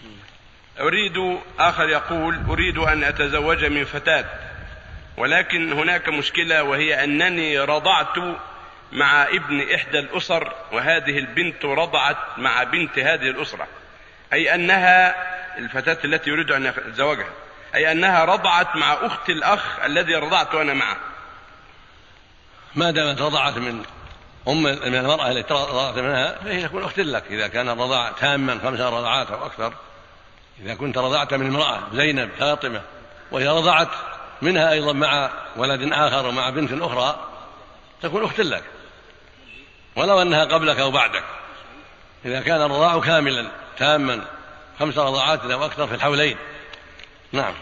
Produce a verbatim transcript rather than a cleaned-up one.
أريد آخر يقول: أريد أن أتزوج من فتاة، ولكن هناك مشكلة، وهي أنني رضعت مع ابن إحدى الأسر، وهذه البنت رضعت مع بنت هذه الأسرة، أي أنها الفتاة التي يريد أن أتزوجها، أي أنها رضعت مع أخت الأخ الذي رضعت أنا معه. ما دامت رضعت من أم من المرأة التي رضعت منها فهي تكون أخت لك، إذا كان الرضاع تاما خمس رضعات أو أكثر. إذا كنت رضعت من امرأة زينب فاطمة وهي رضعت منها أيضا مع ولد آخر ومع بنت أخرى تكون أخت لك، ولو أنها قبلك أو بعدك، إذا كان الرضاع كاملا تاما خمس رضعات أو أكثر في الحولين. نعم.